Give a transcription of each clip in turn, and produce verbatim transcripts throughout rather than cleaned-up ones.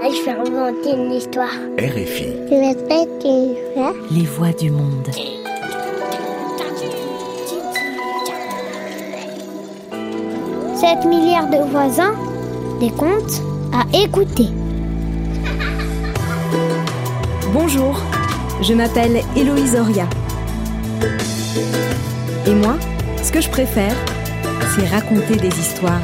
Je vais inventer une histoire. R F I. Je vais mettre une histoire. Les voix du monde. sept milliards de voisins, des contes à écouter. Bonjour, je m'appelle Héloïse Oria. Et moi, ce que je préfère, c'est raconter des histoires.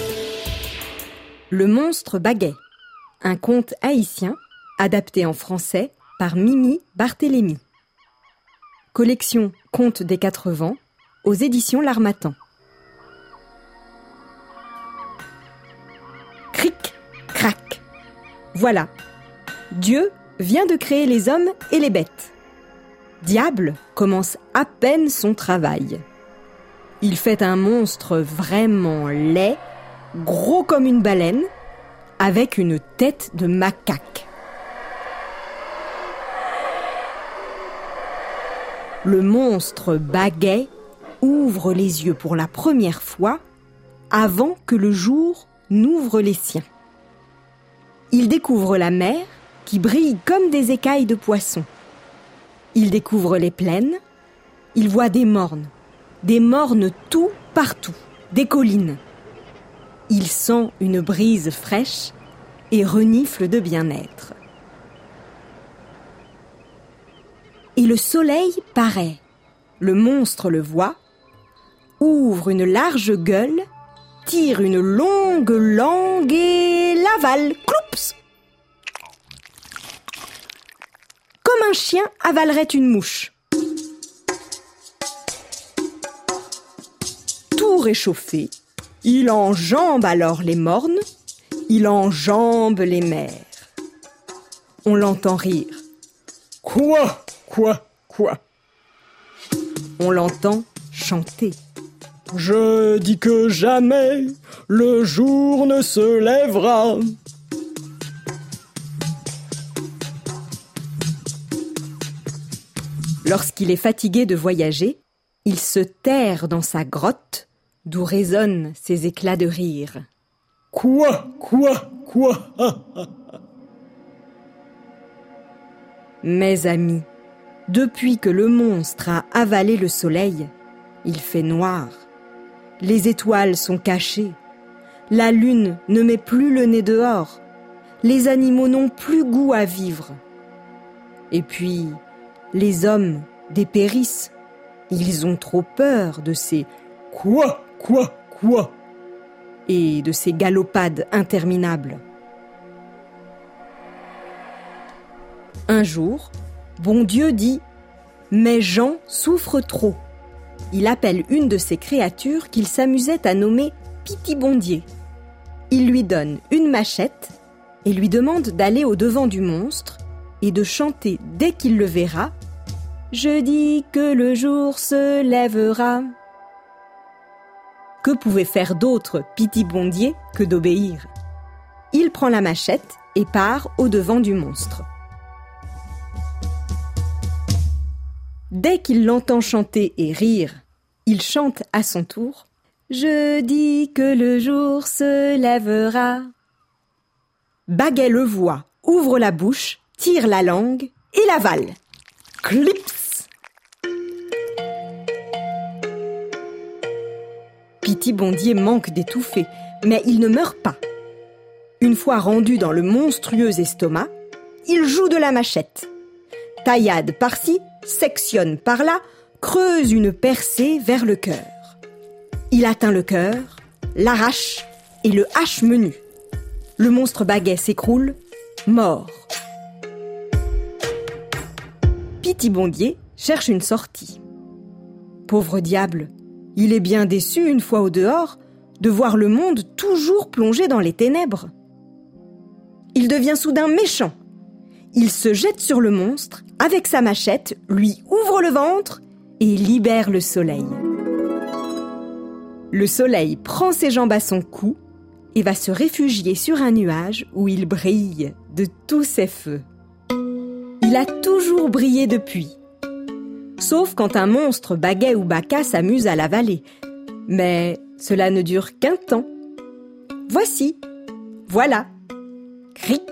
Le monstre Baguet, un conte haïtien adapté en français par Mimi Barthélémy. Collection Contes des Quatre Vents aux éditions L'Harmattan. Cric, crac. Voilà, Dieu vient de créer les hommes et les bêtes. Diable commence à peine son travail. Il fait un monstre vraiment laid, gros comme une baleine, avec une tête de macaque. Le monstre Baguet ouvre les yeux pour la première fois avant que le jour n'ouvre les siens. Il découvre la mer qui brille comme des écailles de poisson. Il découvre les plaines, il voit des mornes, des mornes tout partout, des collines. Il sent une brise fraîche et renifle de bien-être. Et le soleil paraît. Le monstre le voit, ouvre une large gueule, tire une longue langue et l'avale. Cloups! Comme un chien avalerait une mouche. Tout réchauffé, il enjambe alors les mornes, il enjambe les mers. On l'entend rire. Quoi? Quoi? Quoi? On l'entend chanter. Je dis que jamais le jour ne se lèvera. Lorsqu'il est fatigué de voyager, il se terre dans sa grotte, d'où résonnent ses éclats de rire. Quoi? Quoi? Quoi? Mes amis, depuis que le monstre a avalé le soleil, il fait noir. Les étoiles sont cachées. La lune ne met plus le nez dehors. Les animaux n'ont plus goût à vivre. Et puis, les hommes dépérissent. Ils ont trop peur de ces « quoi, quoi, quoi » et de ces galopades interminables. Un jour, bon Dieu dit « Mes gens souffrent trop ». Il appelle une de ces créatures qu'il s'amusait à nommer Pitibondier. Il lui donne une machette et lui demande d'aller au-devant du monstre et de chanter dès qu'il le verra « Je dis que le jour se lèvera ». Que pouvait faire d'autre Pitibondier que d'obéir? Il prend la machette et part au-devant du monstre. Dès qu'il l'entend chanter et rire, il chante à son tour « Je dis que le jour se lèvera ». Baguet le voit, ouvre la bouche, tire la langue et l'avale. Clips! Pitibondier manque d'étouffer, mais il ne meurt pas. Une fois rendu dans le monstrueux estomac, il joue de la machette. Taillade par-ci, sectionne par-là, creuse une percée vers le cœur. Il atteint le cœur, l'arrache et le hache menu. Le monstre Baguet s'écroule, mort. Pitibondier cherche une sortie. Pauvre diable, il est bien déçu une fois au dehors de voir le monde toujours plongé dans les ténèbres. Il devient soudain méchant. Il se jette sur le monstre, avec sa machette, lui ouvre le ventre et libère le soleil. Le soleil prend ses jambes à son cou et va se réfugier sur un nuage où il brille de tous ses feux. Il a toujours brillé depuis, sauf quand un monstre Baguet ou Bacca s'amuse à l'avaler. Mais cela ne dure qu'un temps. Voici, voilà, cric,